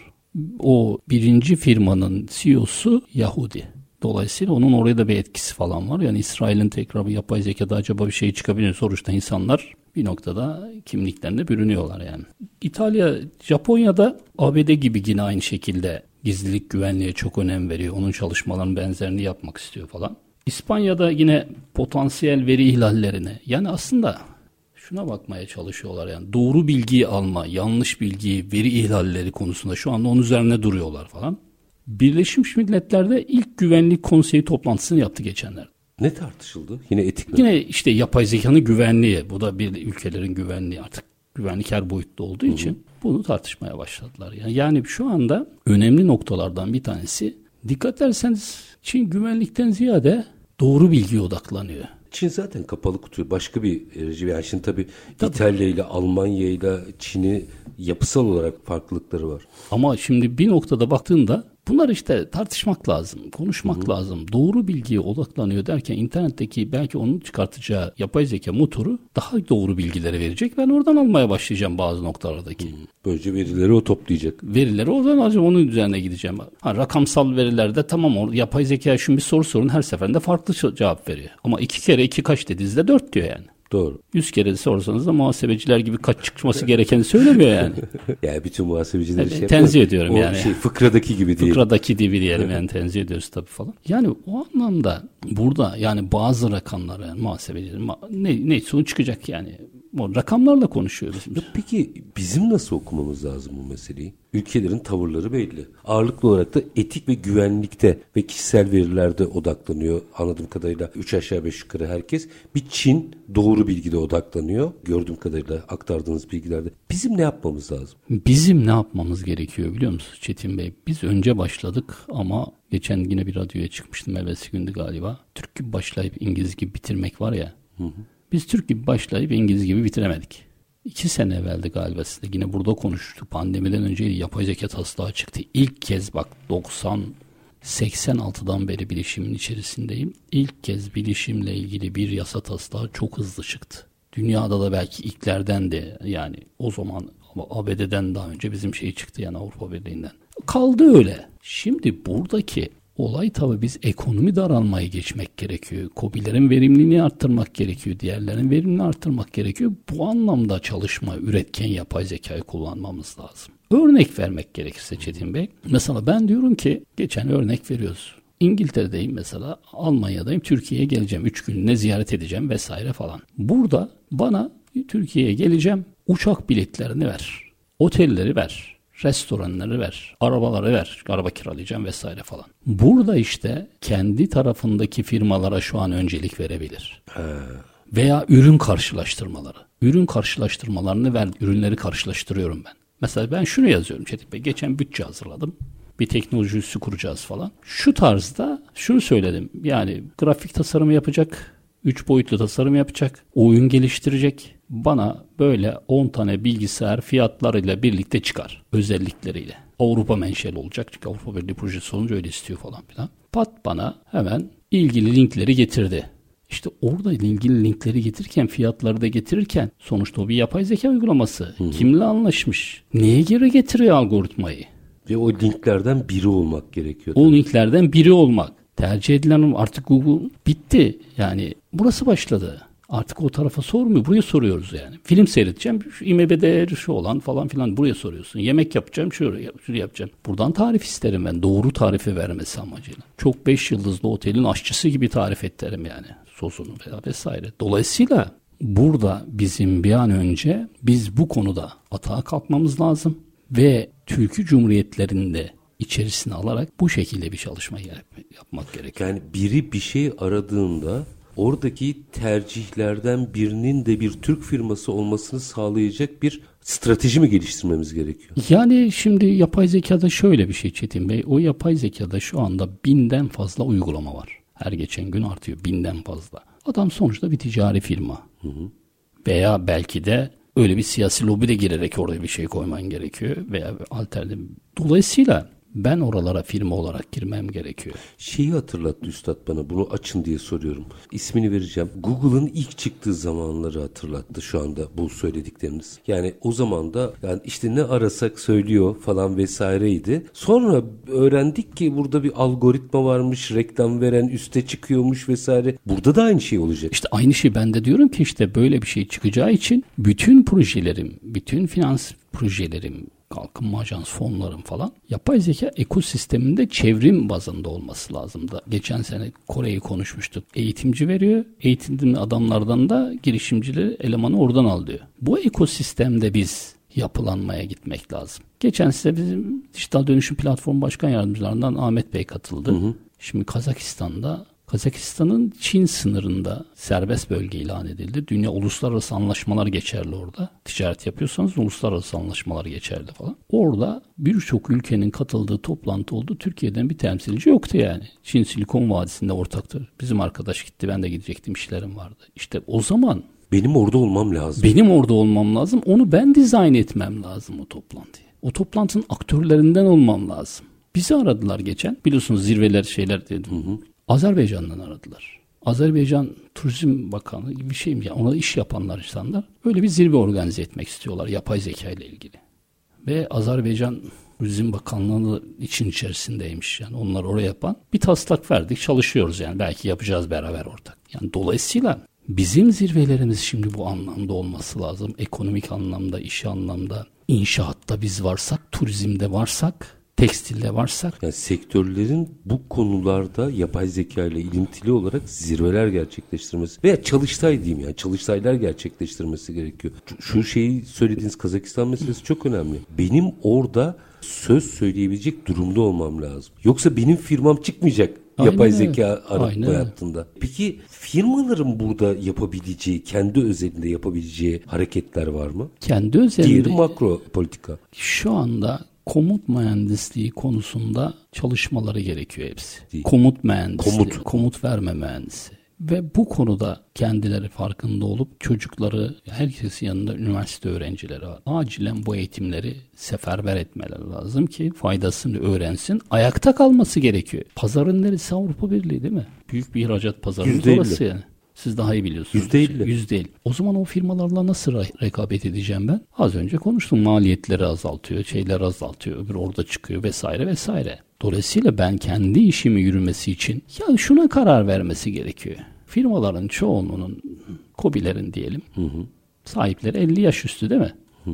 O birinci firmanın CEO'su Yahudi. Dolayısıyla onun oraya da bir etkisi falan var. Yani İsrail'in tekrar bir yapay zekada acaba bir şey çıkabilir. Sonuçta insanlar bir noktada kimliklerine bürünüyorlar yani. İtalya, Japonya'da ABD gibi yine aynı şekilde gizlilik güvenliğe çok önem veriyor. Onun çalışmalarının benzerini yapmak istiyor falan. İspanya'da yine potansiyel veri ihlallerine, yani aslında şuna bakmaya çalışıyorlar yani doğru bilgiyi alma, yanlış bilgiyi, veri ihlalleri konusunda şu anda onun üzerine duruyorlar falan. Birleşmiş Milletler'de ilk güvenlik konseyi toplantısını yaptı geçenlerde. Ne tartışıldı? Yine etik mi? Yine işte yapay zekanın güvenliği. Bu da bir ülkelerin güvenliği, artık güvenlik her boyutta olduğu için bunu tartışmaya başladılar. Yani şu anda önemli noktalardan bir tanesi, dikkat ederseniz Çin güvenlikten ziyade doğru bilgiye odaklanıyor. Çin zaten kapalı kutu. Başka bir rejim. Yani şimdi tabii İtalya ile Almanya ile Çin'i yapısal olarak farklılıkları var. Ama şimdi bir noktada baktığında bunlar işte tartışmak lazım, konuşmak lazım. Doğru bilgiye odaklanıyor derken internetteki belki onun çıkartacağı yapay zeka motoru daha doğru bilgileri verecek. Ben oradan almaya başlayacağım bazı noktalardaki. Böylece verileri o toplayacak. Verileri oradan alacağım, onun üzerine gideceğim. Rakamsal verilerde tamam, yapay zekaya şimdi bir soru sorun, her seferinde farklı cevap veriyor. Ama 2 kere 2 kaç dediğinizde 4 diyor yani. Doğru. 100 kere de sorsanız da muhasebeciler gibi kaç çıkması gerekeni söylemiyor yani. Yani bütün muhasebecileri tenzih ediyorum o yani. Fıkradaki gibi değil. Fıkradaki gibi diyelim yani, tenzih ediyoruz tabii falan. Yani o anlamda burada yani bazı rakamları yani muhasebecilerin ne sonuç çıkacak yani. O rakamlarla konuşuyoruz. Peki bizim nasıl okumamız lazım bu meseleyi? Ülkelerin tavırları belli. Ağırlıklı olarak da etik ve güvenlikte ve kişisel verilerde odaklanıyor. Anladığım kadarıyla 3 aşağı 5 yukarı herkes. Bir Çin doğru bilgide odaklanıyor. Gördüğüm kadarıyla aktardığınız bilgilerde. Bizim ne yapmamız lazım? Bizim ne yapmamız gerekiyor biliyor musunuz Çetin Bey? Biz önce başladık ama geçen yine bir radyoya çıkmıştım, evvelsi gündü galiba. Türk gibi başlayıp İngiliz gibi bitirmek var ya. Biz Türk gibi başlayıp İngiliz gibi bitiremedik. 2 sene evveldi galiba, size yine burada konuştuk. Pandemiden önce yapay zeka taslağı çıktı. İlk kez bak 86'dan beri bilişimin içerisindeyim. İlk kez bilişimle ilgili bir yasa taslağı çok hızlı çıktı. Dünyada da belki ilklerden de yani o zaman ABD'den daha önce bizim şey çıktı yani Avrupa Birliği'nden. Kaldı öyle. Şimdi buradaki olay tabii biz ekonomi daralmayı geçmek gerekiyor. KOBİ'lerin verimliliğini arttırmak gerekiyor. Diğerlerin verimliliğini arttırmak gerekiyor. Bu anlamda çalışma, üretken yapay zekayı kullanmamız lazım. Örnek vermek gerekirse Çetin Bey. Mesela ben diyorum ki, geçen örnek veriyoruz. İngiltere'deyim mesela, Almanya'dayım, Türkiye'ye geleceğim. 3 günlüğüne ziyaret edeceğim vesaire falan. Burada bana Türkiye'ye geleceğim, uçak biletlerini ver, otelleri ver, restoranları ver, arabaları ver, araba kiralayacağım vesaire falan. Burada işte kendi tarafındaki firmalara şu an öncelik verebilir. Veya ürün karşılaştırmaları. Ürün karşılaştırmalarını ver, ürünleri karşılaştırıyorum ben. Mesela ben şunu yazıyorum Çetin Bey, geçen bütçe hazırladım. Bir teknoloji üssü kuracağız falan. Şu tarzda şunu söyledim, yani grafik tasarımı yapacak, 3 boyutlu tasarım yapacak, oyun geliştirecek. Bana böyle 10 tane bilgisayar fiyatlarıyla birlikte çıkar, özellikleriyle. Avrupa menşeli olacak çünkü Avrupa Birliği projesi olunca öyle istiyor falan filan. Pat bana hemen ilgili linkleri getirdi. İşte orada ilgili linkleri getirirken, fiyatları da getirirken sonuçta o bir yapay zeka uygulaması. Kimle anlaşmış? Neye göre getiriyor algoritmayı? Ve o linklerden biri olmak gerekiyor. O linklerden biri olmak. Tercih edilen artık Google bitti. Yani burası başladı. Artık o tarafa sormuyor. Buraya soruyoruz yani. Film seyredeceğim. Şu IMDb'de şu olan falan filan buraya soruyorsun. Yemek yapacağım. Şunu yapacağım. Buradan tarif isterim ben. Doğru tarifi vermesi amacıyla. Çok 5 yıldızlı otelin aşçısı gibi tarif ederim yani. Sosunu vesaire. Dolayısıyla burada bizim bir an önce biz bu konuda atağa kalkmamız lazım. Ve Türkiye Cumhuriyetlerinde içerisine alarak bu şekilde bir çalışma yapmak gerekiyor. Yani biri bir şey aradığında oradaki tercihlerden birinin de bir Türk firması olmasını sağlayacak bir strateji mi geliştirmemiz gerekiyor? Yani şimdi yapay zekada şöyle bir şey Çetin Bey. O yapay zekada şu anda 1000'den fazla uygulama var. Her geçen gün artıyor, 1000'den fazla. Adam sonuçta bir ticari firma. Veya belki de öyle bir siyasi lobi de girerek oraya bir şey koyman gerekiyor veya alternatif. Dolayısıyla ben oralara firma olarak girmem gerekiyor. Şeyi hatırlattı Üstad bana, bunu açın diye soruyorum. İsmini vereceğim. Google'ın ilk çıktığı zamanları hatırlattı şu anda bu söyledikleriniz. Yani o zaman da yani işte ne arasak söylüyor falan vesaireydi. Sonra öğrendik ki burada bir algoritma varmış, reklam veren üste çıkıyormuş vesaire. Burada da aynı şey olacak. İşte aynı şey ben de diyorum ki işte böyle bir şey çıkacağı için bütün projelerim, bütün finans projelerim, kalkınma ajans fonlarım falan yapay zeka ekosisteminde çevrim bazında olması lazım da. Geçen sene Kore'yi konuşmuştuk. Eğitimci veriyor. Eğitimci adamlardan da girişimcileri, elemanı oradan al diyor. Bu ekosistemde biz yapılanmaya gitmek lazım. Geçen size bizim Dijital Dönüşüm Platformu Başkan Yardımcılarından Ahmet Bey katıldı. Şimdi Kazakistan'da Kazakistan'ın Çin sınırında serbest bölge ilan edildi. Dünya uluslararası anlaşmalar geçerli orada. Ticaret yapıyorsanız uluslararası anlaşmalar geçerli falan. Orada birçok ülkenin katıldığı toplantı oldu. Türkiye'den bir temsilci yoktu yani. Çin Silikon Vadisi'nde ortaktır. Bizim arkadaş gitti, ben de gidecektim, işlerim vardı. İşte o zaman benim orada olmam lazım. Benim orada olmam lazım. Onu ben dizayn etmem lazım o toplantıyı. O toplantının aktörlerinden olmam lazım. Bizi aradılar geçen. Biliyorsunuz zirveler şeyler dedim. Azerbaycan'dan aradılar. Azerbaycan Turizm Bakanlığı gibi bir şey mi? Yani ona iş yapanlar insanlar. Böyle bir zirve organize etmek istiyorlar yapay zeka ile ilgili. Ve Azerbaycan Turizm Bakanlığı için içerisindeymiş. Yani onlar oraya yapan. Bir taslak verdik, çalışıyoruz yani. Belki yapacağız beraber ortak. Yani dolayısıyla bizim zirvelerimiz şimdi bu anlamda olması lazım. Ekonomik anlamda, iş anlamda, inşaatta biz varsak, turizmde varsak, tekstilde varsak. Yani sektörlerin bu konularda yapay zeka ile ilintili olarak zirveler gerçekleştirmesi veya çalıştay diyeyim, yani çalıştaylar gerçekleştirmesi gerekiyor. Şu şeyi söylediğiniz Kazakistan meselesi çok önemli. Benim orada söz söyleyebilecek durumda olmam lazım. Yoksa benim firmam çıkmayacak. Yapay zeka aratma hattında. Peki firmaların burada yapabileceği, kendi özelinde yapabileceği hareketler var mı? Kendi özelinde. Diğeri makro politika. Şu anda komut mühendisliği konusunda çalışmaları gerekiyor hepsi. Değil. Komut mühendisliği, komut verme mühendisi. Ve bu konuda kendileri farkında olup çocukları, herkesin yanında üniversite öğrencileri var. Acilen bu eğitimleri seferber etmeleri lazım ki faydasını öğrensin. Ayakta kalması gerekiyor. Pazarın neresi? Avrupa Birliği değil mi? Büyük bir ihracat pazarı orası yani. Siz daha iyi biliyorsunuz. %50. O zaman o firmalarla nasıl rekabet edeceğim ben? Az önce konuştum. Maliyetleri azaltıyor, şeyler azaltıyor. Öbür orada çıkıyor vesaire vesaire. Dolayısıyla ben kendi işimi yürümesi için ya şuna karar vermesi gerekiyor. Firmaların çoğunluğunun, KOBİ'lerin diyelim, sahipleri 50 yaş üstü değil mi?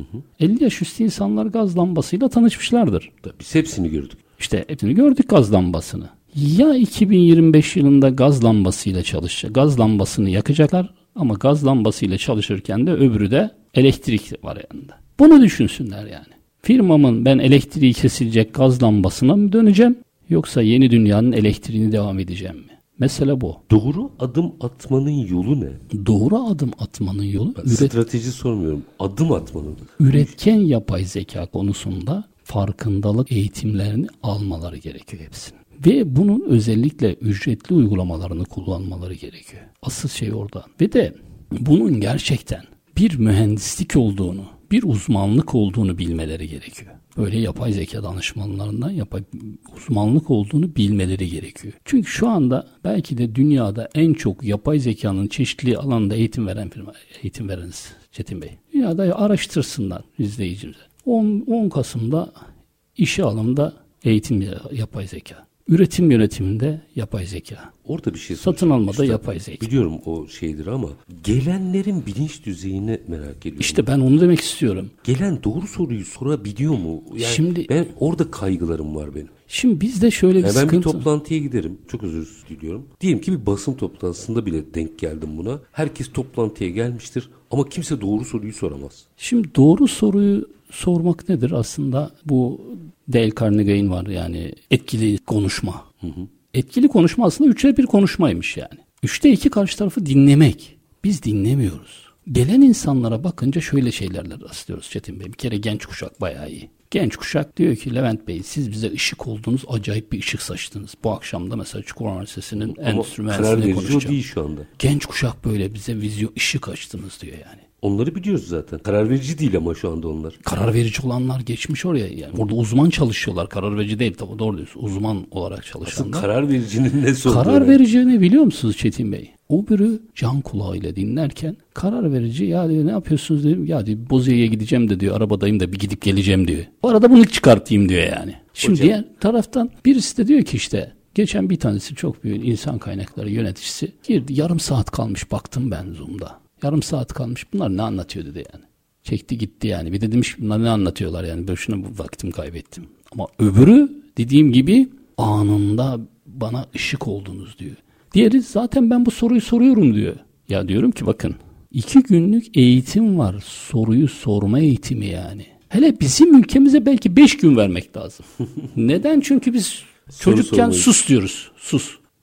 50 yaş üstü insanlar gaz lambasıyla tanışmışlardır. Biz hepsini gördük. İşte hepsini gördük, gaz lambasını. Ya 2025 yılında gaz lambasıyla çalışacak. Gaz lambasını yakacaklar ama gaz lambasıyla çalışırken de öbürü de elektrik var yanında. Bunu düşünsünler yani. Firmamın ben elektriği kesilecek gaz lambasına mı döneceğim yoksa yeni dünyanın elektriğini devam edeceğim mi? Mesele bu. Doğru adım atmanın yolu ne? Doğru adım atmanın yolu... Strateji sormuyorum. Adım atmanın. Üretken yapay zeka konusunda farkındalık eğitimlerini almaları gerekiyor hepsinin. Ve bunun özellikle ücretli uygulamalarını kullanmaları gerekiyor. Asıl şey orada. Ve de bunun gerçekten bir mühendislik olduğunu, bir uzmanlık olduğunu bilmeleri gerekiyor. Böyle yapay zeka danışmanlarından uzmanlık olduğunu bilmeleri gerekiyor. Çünkü şu anda belki de dünyada en çok yapay zekanın çeşitli alanda eğitim veren firma, eğitim vereniz Çetin Bey. Dünyada araştırsınlar izleyicimize. 10 Kasım'da işe alımda eğitim yapay zeka. Üretim yönetiminde yapay zeka. Orada bir şey satın almada yapay zeka. Biliyorum o şeydir ama gelenlerin bilinç düzeyini merak ediyorum. İşte ben onu demek istiyorum. Gelen doğru soruyu sorabiliyor mu? Yani şimdi ben orada kaygılarım var benim. Şimdi bizde şöyle bir sıkıntı. Ben bir toplantıya giderim. Çok özür diliyorum. Diyelim ki bir basın toplantısında bile denk geldim buna. Herkes toplantıya gelmiştir ama kimse doğru soruyu soramaz. Şimdi doğru soruyu sormak nedir? Aslında bu Dale Carnegie'nin var yani etkili konuşma. Etkili konuşma aslında 3'te 1 konuşmaymış yani. 3'te 2 karşı tarafı dinlemek. Biz dinlemiyoruz. Gelen insanlara bakınca şöyle şeylerle rastlıyoruz Çetin Bey. Bir kere genç kuşak bayağı iyi. Genç kuşak diyor ki Levent Bey siz bize ışık oldunuz, acayip bir ışık saçtınız. Bu akşam da mesela Çukurova Üniversitesi'nin endüstri mühendisliğine konuşacağım. O değil şu anda. Genç kuşak böyle bize ışık açtınız diyor yani. Onları biliyoruz zaten. Karar verici değil ama şu anda onlar. Karar verici olanlar geçmiş oraya. Yani orada uzman çalışıyorlar. Karar verici değil tabii, doğru diyorsun. Uzman olarak çalışanlar. Aslında karar vericinin ne sorduğunu. Karar verici ne biliyor musunuz Çetin Bey? O biri can kulağıyla dinlerken karar verici ya diyor ne yapıyorsunuz diyor. Ya diyor Bozya'ya gideceğim de diyor, arabadayım da bir gidip geleceğim diyor. Bu arada bunu çıkartayım diyor yani. Şimdi hocam, diğer taraftan birisi de diyor ki işte geçen bir tanesi çok büyük insan kaynakları yöneticisi girdi, yarım saat kalmış baktım ben Zoom'da. Yarım saat kalmış. Bunlar ne anlatıyor dedi yani. Çekti gitti yani. Bir de demiş bunlar ne anlatıyorlar yani. Boşuna bu vaktimi kaybettim. Ama öbürü dediğim gibi anında bana ışık oldunuz diyor. Diğeri zaten ben bu soruyu soruyorum diyor. Ya diyorum ki bakın 2 günlük eğitim var. Soruyu sorma eğitimi yani. Hele bizim ülkemize belki 5 gün vermek lazım. Neden? Çünkü biz çocukken sus diyoruz. Sus.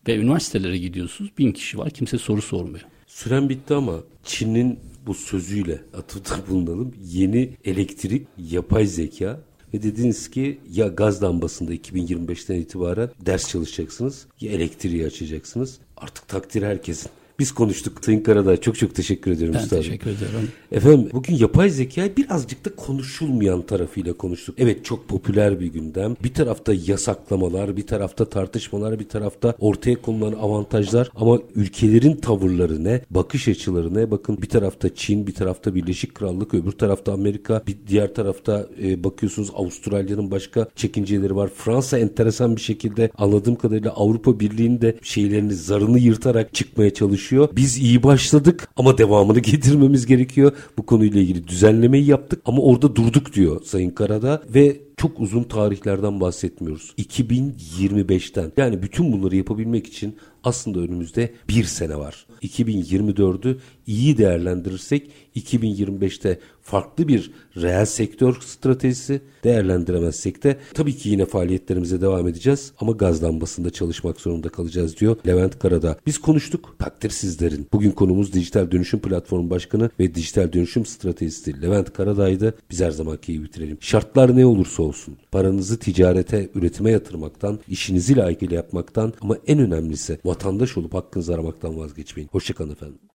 Ve üniversitelere gidiyorsunuz, 1000 kişi var, kimse soru sormuyor. Süren bitti ama Çin'in bu sözüyle atıfta bulunalım. Yeni elektrik, yapay zeka ve dediniz ki ya gaz lambasında 2025'ten itibaren ders çalışacaksınız ya elektriği açacaksınız. Artık takdir herkesin. Biz konuştuk Sayın Karadağ. Çok çok teşekkür ediyorum Ben üstadım. teşekkür ederim. Efendim bugün yapay zekayı birazcık da konuşulmayan tarafıyla konuştuk. Evet, çok popüler bir gündem. Bir tarafta yasaklamalar, bir tarafta tartışmalar, bir tarafta ortaya konulan avantajlar. Ama ülkelerin tavırları ne? Bakış açıları ne? Bakın bir tarafta Çin, bir tarafta Birleşik Krallık, öbür tarafta Amerika, bir diğer tarafta bakıyorsunuz Avustralya'nın başka çekinceleri var. Fransa enteresan bir şekilde anladığım kadarıyla Avrupa Birliği'nin de şeylerini, zarını yırtarak çıkmaya çalışıyor. Biz iyi başladık ama devamını getirmemiz gerekiyor. Bu konuyla ilgili düzenlemeyi yaptık ama orada durduk diyor Sayın Karadağ ve çok uzun tarihlerden bahsetmiyoruz. 2025'ten. Yani bütün bunları yapabilmek için aslında önümüzde bir sene var. 2024'ü iyi değerlendirirsek 2025'te farklı bir reel sektör stratejisi, değerlendiremezsek de tabii ki yine faaliyetlerimize devam edeceğiz ama gaz lambasında çalışmak zorunda kalacağız diyor Levent Karadağ. Biz konuştuk. Takdir sizlerin. Bugün konumuz Dijital Dönüşüm Platformu Başkanı ve Dijital Dönüşüm Stratejisti Levent Karadağ'ydı. Biz her zamanki gibi bitirelim. Şartlar ne olursa olsun paranızı ticarete, üretime yatırmaktan, işinizi layıkıyla yapmaktan ama en önemlisi vatandaş olup hakkınızı aramaktan vazgeçmeyin. Hoşçakalın efendim.